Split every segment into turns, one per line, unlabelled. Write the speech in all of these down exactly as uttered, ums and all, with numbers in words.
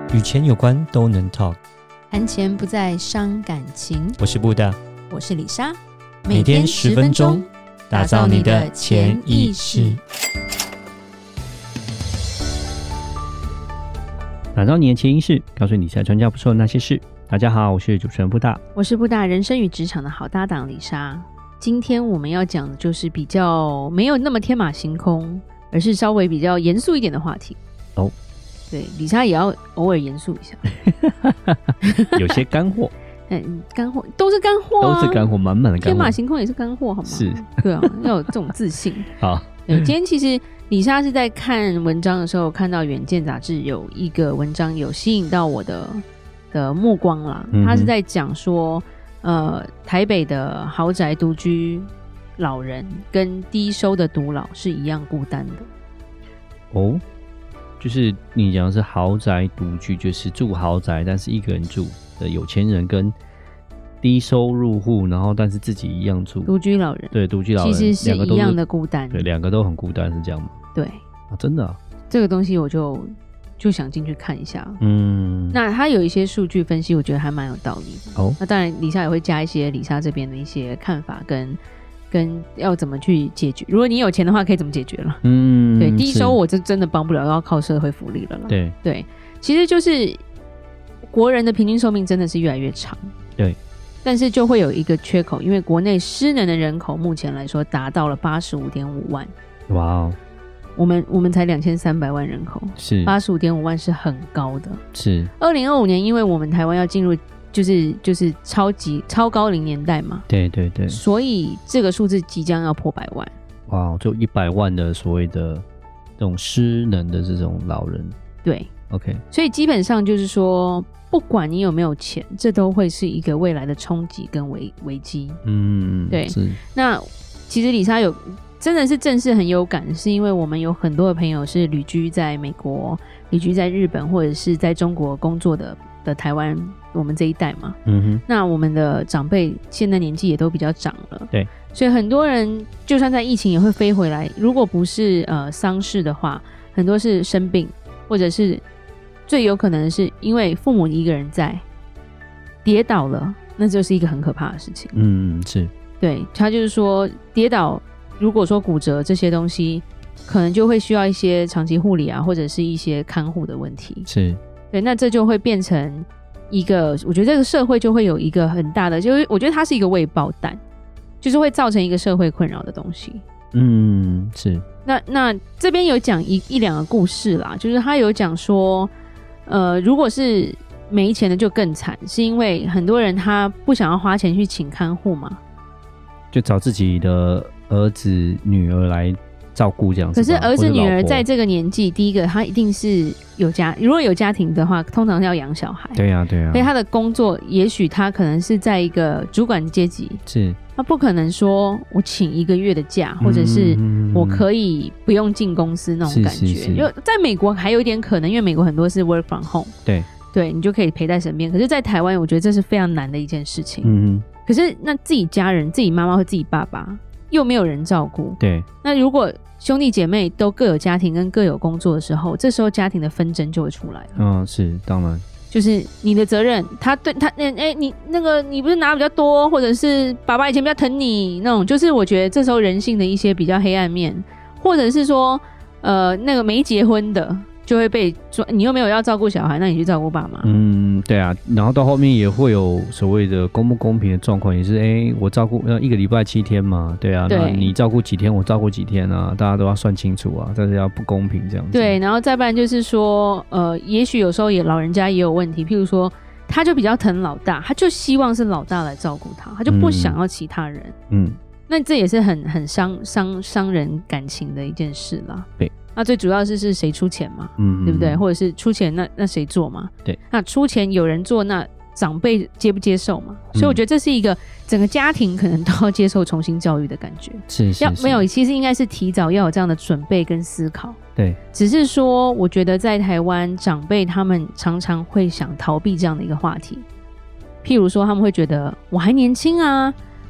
与钱有关都能 talk。
谈钱不再伤感情。
我是布大，
我是李莎，
每天十分钟，打造你的潜意识，打造你的潜意识，告诉你理财专家不说的那些事。大家好，我是主持人布大，
我是布大人生与职场的好搭档李莎。今天我们要讲的就是比较没有那么天马行空，而是稍微比较严肃一点的话题
哦。
对，李莎也要偶尔严肃一下，
有些干货。
嗯，干货都是干货、啊，
都是干货，满满的干货。
天马行空也是干货，好吗？
是，
对啊，要有这种自信。
好，
对，今天其实李莎是在看文章的时候，看到《远见》杂志有一个文章有吸引到我的的目光啦。他是在讲说，呃，台北的豪宅独居老人跟低收的独老是一样孤单的。
哦。就是你讲的是豪宅独居，就是住豪宅但是一个人住的有钱人，跟低收入户，然后但是自己一样住
独居老人。
对，独居老人
其实是一样的孤单。
对，两个都很孤单，是这样吗？
对
啊，真的啊。
这个东西我就就想进去看一下。
嗯，
那他有一些数据分析，我觉得还蛮有道理的。
哦，
那当然李莎也会加一些李莎这边的一些看法跟。跟要怎么去解决，如果你有钱的话可以怎么解决了。嗯，对，低收我这真的帮不了，要靠社会福利了啦。
对
对，其实就是国人的平均寿命真的是越来越长。
对，
但是就会有一个缺口，因为国内失能的人口目前来说达到了八十五点五万。
哇哦，
我们我们才两千三百万人口，
是
八十五点五万是很高的。
是
二零二五年，因为我们台湾要进入。就是就是超级超高龄年代嘛，
对对对，
所以这个数字即将要破百万。
哇，就一百万的所谓的这种失能的这种老人。
对
，OK，
所以基本上就是说，不管你有没有钱，这都会是一个未来的冲击跟危危机。嗯，对。是。那其实李莎有真的是正式很有感，是因为我们有很多的朋友是旅居在美国、旅居在日本或者是在中国工作的的台湾。我们这一代嘛，嗯哼，那我们的长辈现在年纪也都比较长了，
对，
所以很多人就算在疫情也会飞回来。如果不是呃丧事的话，很多是生病，或者是最有可能的是因为父母一个人在跌倒了，那就是一个很可怕的事情。嗯，是，对，他就是说跌倒，如果说骨折这些东西，可能就会需要一些长期护理啊，或者是一些看护的问题。
是，
对，那这就会变成。一个我觉得这个社会就会有一个很大的，就是我觉得它是一个未爆弹，就是会造成一个社会困扰的东西。
嗯，是。
那那这边有讲一一两个故事啦，就是他有讲说，呃，如果是没钱的就更惨，是因为很多人他不想要花钱去请看护嘛，
就找自己的儿子女儿来照顾这样子。
可是儿子女儿在这个年纪，第一个他一定是有家，如果有家庭的话，通常要养小孩。
对啊，对啊。
所以他的工作，也许他可能是在一个主管阶级，
是
他不可能说我请一个月的假，或者是我可以不用进公司那种感觉。因为在美国还有一点可能，因为美国很多是 work from home，
对
对，你就可以陪在身边。可是，在台湾，我觉得这是非常难的一件事情。嗯，可是那自己家人、自己妈妈或自己爸爸又没有人照顾，
对，那
如果兄弟姐妹都各有家庭跟各有工作的时候，这时候家庭的纷争就会出来了。
嗯，是，当然，
就是你的责任，他对他，哎、欸，你那个你不是拿比较多，或者是爸爸以前比较疼你那种，就是我觉得这时候人性的一些比较黑暗面，或者是说，呃，那个没结婚的就会被说你又没有要照顾小孩，那你去照顾爸妈。
嗯，对啊，然后到后面也会有所谓的公不公平的状况，也是哎、欸，我照顾一个礼拜七天嘛，对啊，对，那你照顾几天，我照顾几天啊，大家都要算清楚啊，但是要不公平这样子。
对，然后再不然就是说，呃，也许有时候也老人家也有问题，譬如说，他就比较疼老大，他就希望是老大来照顾他，他就不想要其他人。嗯，那这也是很很伤伤伤人感情的一件事啦。
对。
那最主要是是谁出钱嘛，嗯，对不对？或者是出钱那那谁做嘛？
对，
那出钱有人做，那长辈接不接受嘛？所以我觉得这是一个整个家庭可能都要接受重新教育的感觉。
是是是，
要没有，其实应该是提早要有这样的准备跟思考。
对，
只是说我觉得在台湾长辈他们常常会想逃避这样的一个话题，譬如说他们会觉得我还年轻啊，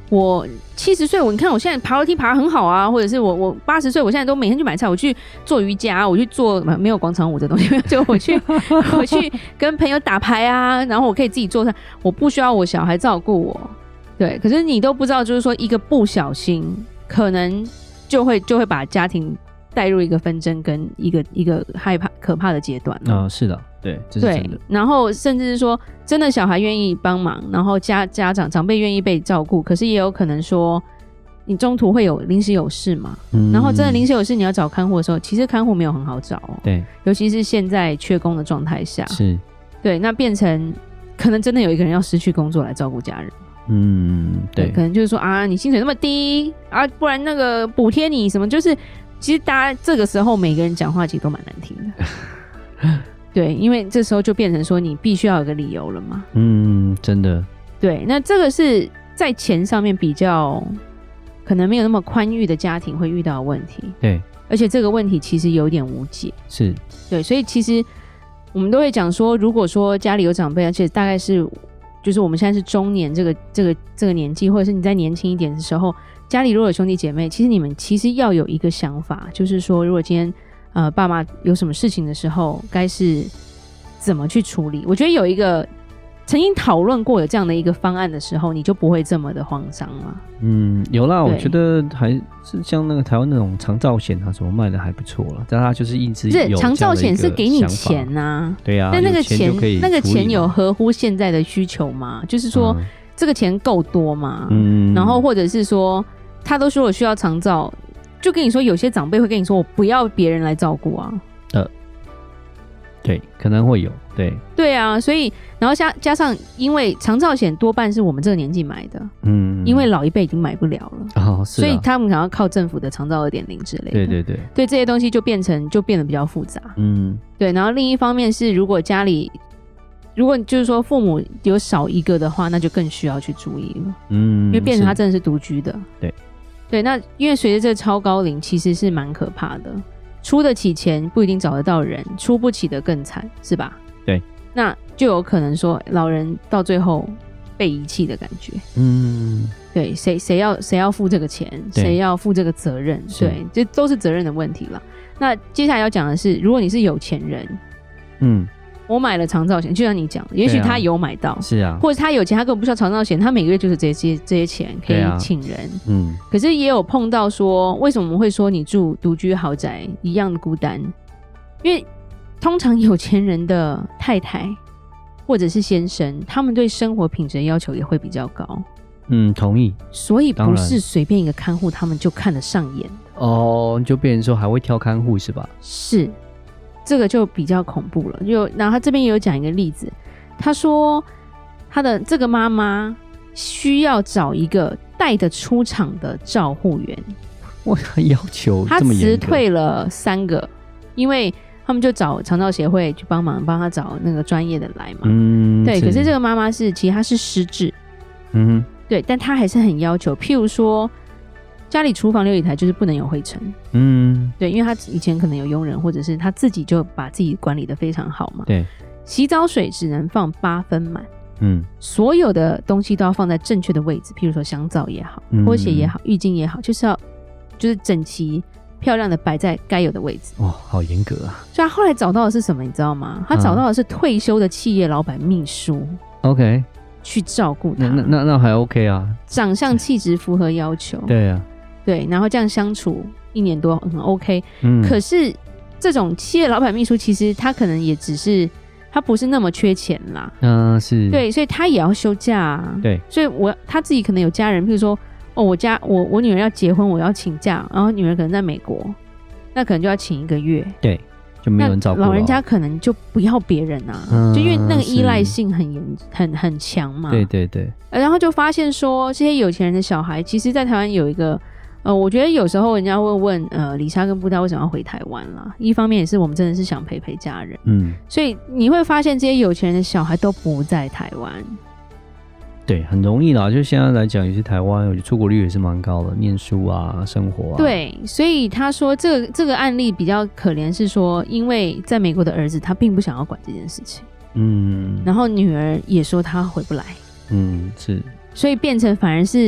我七十岁，我你看我现在爬楼梯爬得很好啊，或者是我我八十岁，我现在都每天去买菜，我去做瑜伽，我去做没有广场舞这东西，就我去我去跟朋友打牌啊，然后我可以自己做菜，我不需要我小孩照顾我。对，可是你都不知道，就是说一个不小心，可能就会就会把家庭带入一个纷争跟一个一个害怕可怕的阶段
啊、呃，是的。对，这是真的。
对，然后甚至是说，真的小孩愿意帮忙，然后家家长长辈愿意被照顾，可是也有可能说，你中途会有临时有事嘛，嗯、然后真的临时有事，你要找看护的时候，其实看护没有很好找、哦，
对，
尤其是现在缺工的状态下，
是，
对，那变成可能真的有一个人要失去工作来照顾家人，
嗯，对，
对可能就是说啊，你薪水那么低啊，不然那个补贴你什么，就是其实大家这个时候每个人讲话其实都蛮难听的。对，因为这时候就变成说你必须要有个理由了嘛。
嗯，真的。
对，那这个是在钱上面比较可能没有那么宽裕的家庭会遇到的问题。
对，
而且这个问题其实有点无解。
是，
对，所以其实我们都会讲说，如果说家里有长辈，而且大概是就是我们现在是中年这个这个这个年纪，或者是你再年轻一点的时候，家里如果有兄弟姐妹，其实你们其实要有一个想法，就是说如果今天呃，爸妈有什么事情的时候，该是怎么去处理？我觉得有一个曾经讨论过有这样的一个方案的时候，你就不会这么的慌张了。
嗯，有啦，我觉得还是像那个台湾那种长照险啊，什么卖的还不错了。但它就是一直有
长照险是给你钱啊，
对啊，
但那个钱那个钱有合乎现在的需求吗？就是说、嗯、这个钱够多吗？嗯，然后或者是说他都说我需要长照。就跟你说，有些长辈会跟你说，我不要别人来照顾啊。
呃，对，可能会有，对，
对啊，所以然后加加上，因为长照险多半是我们这个年纪买的，嗯，因为老一辈已经买不了了，哦，是啊，所以他们想要靠政府的长照 二点零 之类的，
对对对，
对这些东西就变成就变得比较复杂，嗯，对。然后另一方面是，如果家里如果就是说父母有少一个的话，那就更需要去注意了，嗯，因为变成他真的是独居的，
对。
对，那因为随着这个超高龄，其实是蛮可怕的。出得起钱不一定找得到人，出不起的更惨，是吧？
对，
那就有可能说老人到最后被遗弃的感觉。嗯，对，谁谁要谁要付这个钱，谁要负这个责任？对，这都是责任的问题了。那接下来要讲的是，如果你是有钱人，嗯。我买了长照险，就像你讲的，也许他有买到，
是啊，
或者他有钱，他根本不需要长照险，他每个月就是这些这些钱可以请人，啊、嗯。可是也有碰到说，为什么我们会说你住独居豪宅一样的孤单？因为通常有钱人的太太或者是先生，他们对生活品质的要求也会比较高。
嗯，同意。
所以不是随便一个看护，他们就看得上眼
哦，就变成说还会挑看护是吧？
是。这个就比较恐怖了。就然后他这边也有讲一个例子，他说他的这个妈妈需要找一个带得出场的照护员。
我要求这么严格，
他辞退了三个，因为他们就找长照协会去帮忙，帮他找那个专业的来嘛。嗯，对。可是这个妈妈是其实她是失智，嗯哼，对，但她还是很要求，譬如说。家里厨房流理台就是不能有灰尘，嗯，对，因为他以前可能有佣人，或者是他自己就把自己管理得非常好嘛，
对。
洗澡水只能放八分满，嗯，所有的东西都要放在正确的位置，譬如说香皂也好，拖鞋也好，浴巾也好，就是要就是整齐漂亮的摆在该有的位置。
哦，好严格啊！
所以他后来找到的是什么，你知道吗？他找到的是退休的企业老板秘书。
OK，
去照顾他，
那那那还 OK 啊，
长相气质符合要求。
对啊。
对，然后这样相处一年多很 OK，嗯，可是这种企业老板秘书其实他可能也只是他不是那么缺钱啦，
嗯、呃，是，
对，所以他也要休假啊，
对，
所以我他自己可能有家人，譬如说哦，我家我我女儿要结婚，我要请假，然后女儿可能在美国，那可能就要请一个月，
对，就没有人照顾，
老人家可能就不要别人啊，嗯、就因为那个依赖性很严很很强嘛，
对对对，
然后就发现说这些有钱人的小孩，其实在台湾有一个。呃，我觉得有时候人家会问，呃，李莎跟布达为什么要回台湾啦？一方面也是我们真的是想陪陪家人，嗯，所以你会发现这些有钱人的小孩都不在台湾，
对，很容易啦。就现在来讲，有些台湾，我觉得出国率也是蛮高的，念书啊，生活啊。
对，所以他说这个这个案例比较可怜，是说因为在美国的儿子他并不想要管这件事情，嗯，然后女儿也说她回不来，
嗯，是，
所以变成反而是。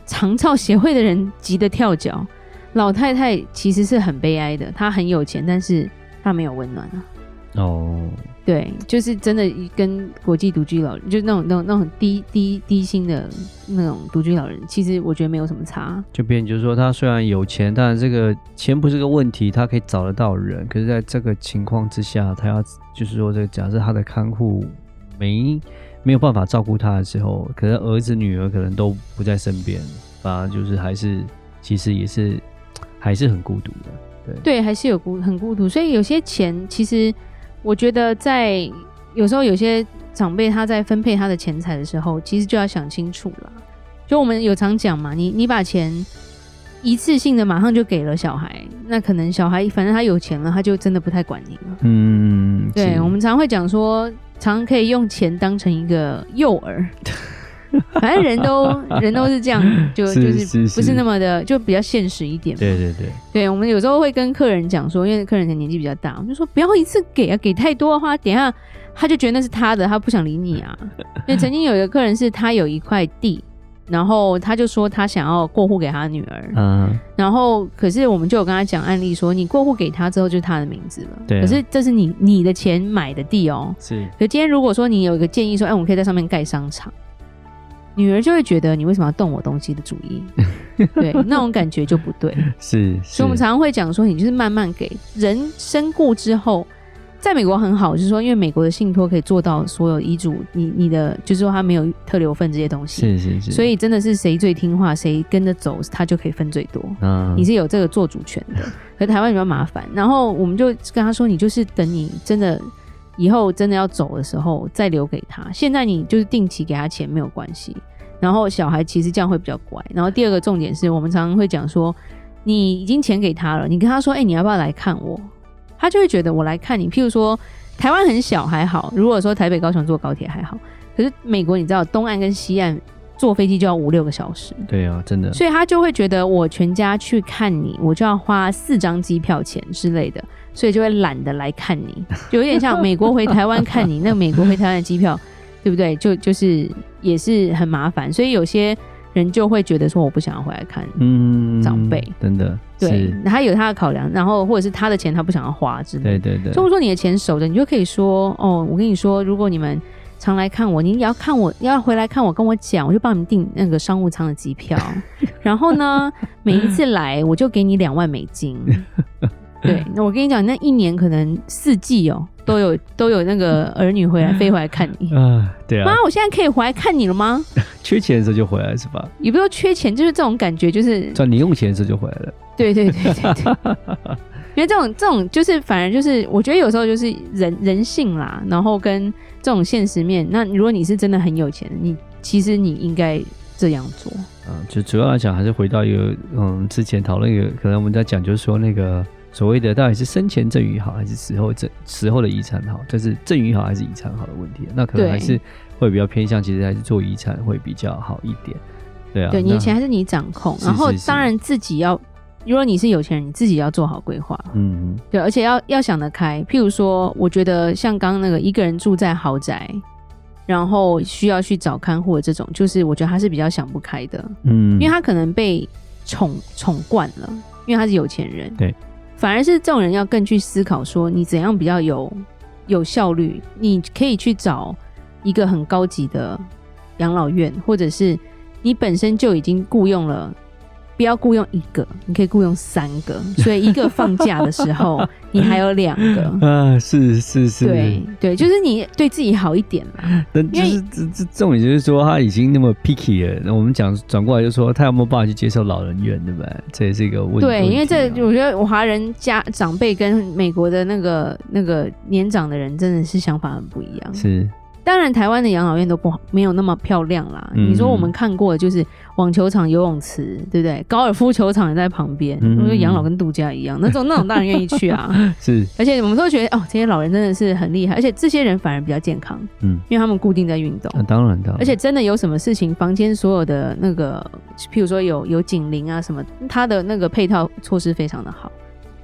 长照协会的人急得跳脚。老太太其实是很悲哀的，她很有钱，但是她没有温暖啊。哦，对，就是真的跟国际独居老人，就是那种那种那种低低低薪的那种独居老人，其实我觉得没有什么差。
就变成就是说，他虽然有钱，但这个钱不是个问题，他可以找得到人。可是在这个情况之下，他要就是说，这个假设他的看护没没有办法照顾他的时候，可能儿子女儿可能都不在身边，反而就是还是其实也是还是很孤独的。对
对，还是有孤很孤独。所以有些钱其实。我觉得在有时候有些长辈他在分配他的钱财的时候，其实就要想清楚了。就我们有常讲嘛，你你把钱一次性的马上就给了小孩，那可能小孩反正他有钱了，他就真的不太管你了。嗯，对，我们常会讲说，常可以用钱当成一个诱饵。反正人都人都是这样，就是就是不是那么的，就比较现实一点嘛。
对对对，
对我们有时候会跟客人讲说，因为客人的年纪比较大，我们就说不要一次给啊，给太多的话，等一下他就觉得那是他的，他不想理你啊。因为曾经有一个客人是他有一块地，然后他就说他想要过户给他女儿，嗯，然后可是我们就有跟他讲案例说，你过户给他之后就是他的名字了，对、啊，可是这是你你的钱买的地哦，是。可今天如果说你有一个建议说，哎，我们可以在上面盖商场。女儿就会觉得你为什么要动我东西的主意，对，那种感觉就不对。
是，
所以我们常常会讲说，你就是慢慢给人身故之后，在美国很好，就是说，因为美国的信托可以做到所有遗嘱，你你的就是说他没有特留份这些东西，
是是是，
所以真的是谁最听话，谁跟着走，他就可以分最多。嗯，你是有这个做主权的。可是台湾比较麻烦，然后我们就跟他说，你就是等你真的。以后真的要走的时候再留给他，现在你就是定期给他钱没有关系，然后小孩其实这样会比较乖。然后第二个重点是我们常常会讲说，你已经钱给他了，你跟他说，哎、欸，你要不要来看我？他就会觉得我来看你。譬如说台湾很小还好，如果说台北高雄坐高铁还好，可是美国你知道东岸跟西岸坐飞机就要五六个小时，
对啊，真的，
所以他就会觉得我全家去看你，我就要花四张机票钱之类的。所以就会懒得来看你，就有点像美国回台湾看你，那个美国回台湾的机票，对不对？就就是也是很麻烦，所以有些人就会觉得说我不想要回来看长辈，嗯、
真的，
对，他有他的考量，然后或者是他的钱他不想要花之类的，
对对对。
所以我说你的钱守着，你就可以说哦，我跟你说，如果你们常来看我，你要看我要回来看我，跟我讲，我就帮你订那个商务舱的机票，然后呢，每一次来我就给你两万美金。对，那我跟你讲，那一年可能四季哦，都有都有那个儿女回来飞回来看你啊，
对啊，
妈，我现在可以回来看你了吗？
缺钱的时候就回来是吧？
也不是说缺钱，就是这种感觉，就是
赚零用钱的时候就回来了。
对对对对对，因为这种这种就是反而就是我觉得有时候就是人人性啦，然后跟这种现实面，那如果你是真的很有钱，你其实你应该这样做。
啊，就主要来讲还是回到一个嗯，之前讨论一个，可能我们在讲就是说那个。所谓的到底是生前赠与好还是死后赠死后的遗产好，就是赠与好还是遗产好的问题，那可能还是会比较偏向，其实还是做遗产会比较好一点。对啊，
对，你的钱还是你掌控，然后当然自己要，如果你是有钱人，你自己要做好规划。嗯，对，而且要要想得开。譬如说，我觉得像刚刚那个一个人住在豪宅，然后需要去找看护的这种，就是我觉得他是比较想不开的。嗯，因为他可能被宠宠惯了，因为他是有钱人。
对。
反而是这种人要更去思考说你怎样比较有有效率，你可以去找一个很高级的养老院，或者是你本身就已经雇佣了，不要雇佣一个，你可以雇佣三个，所以一个放假的时候你还有两个
啊，是是是，
对对，就是你对自己好一点啦。
但就是这这重点就是说他已经那么 picky 了，我们讲转过来就说他有没有办法去接受老人院，对不对？这也是一个问题。
对，因为这我觉得华人家长辈跟美国的那个那个年长的人真的是想法很不一样。
是。
当然台湾的养老院都不好，没有那么漂亮啦、嗯、你说我们看过的就是网球场、游泳池，对不对？高尔夫球场也在旁边，我觉得养老跟度假一样，那种那种当然愿意去啊。
是，
而且我们都觉得哦，这些老人真的是很厉害，而且这些人反而比较健康，嗯，因为他们固定在运动、
啊、当然当然，
而且真的有什么事情，房间所有的那个譬如说有有警铃啊什么，他的那个配套措施非常的好，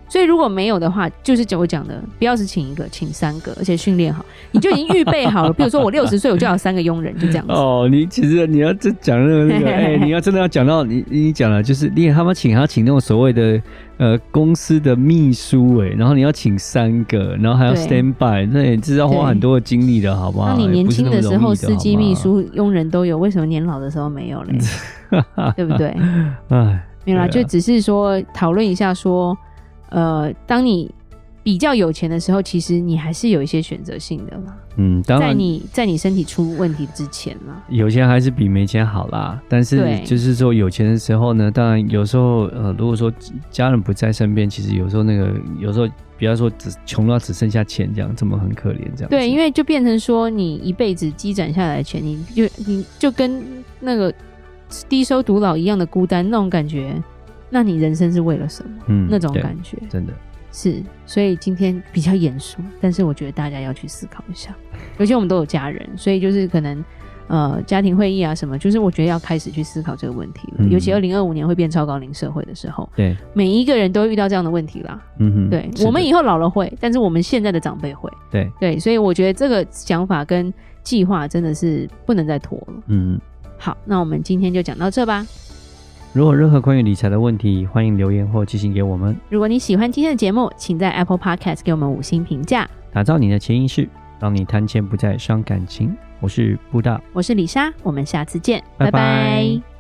所以如果没有的话，就是我讲的，不要只请一个，请三个，而且训练好，你就已经预备好了。比如说我六十岁，我就要有三个佣人，就这样子。
哦，你其实你要真讲那个那个，哎、欸，你要真的要讲到你你讲了，就是你他们请他请那种所谓的呃公司的秘书哎、欸，然后你要请三个，然后还要 stand by， 那也是要花很多的精力的，好不好？
那你年轻的时候司机、秘书、佣人都有，为什么年老的时候没有嘞？对不对？哎，没有啦，就只是说讨论一下说。呃，当你比较有钱的时候，其实你还是有一些选择性的啦。嗯，当然，在你在你身体出问题之前啦，
有钱还是比没钱好啦。但是就是说有钱的时候呢，当然有时候呃，如果说家人不在身边，其实有时候那个有时候不要说只穷到只剩下钱这样，这么很可怜这样。
对，因为就变成说你一辈子积攒下来的钱，你就你就跟那个低收独老一样的孤单那种感觉。那你人生是为了什么？嗯，那种感觉
真的
是，所以今天比较严肃，但是我觉得大家要去思考一下，尤其我们都有家人，所以就是可能呃家庭会议啊什么，就是我觉得要开始去思考这个问题了。嗯、尤其二零二五年会变超高龄社会的时候，
对，
每一个人都会遇到这样的问题啦。嗯哼，对，我们以后老了会，但是我们现在的长辈会，
对
对，所以我觉得这个想法跟计划真的是不能再拖了。嗯，好，那我们今天就讲到这吧。
如果有任何关于理财的问题，欢迎留言或寄信给我们。
如果你喜欢今天的节目，请在 Apple Podcast 给我们五星评价。
打造你的潜意识，让你谈钱不再伤感情。我是布大，
我是李莎，我们下次见，
拜拜。
拜拜。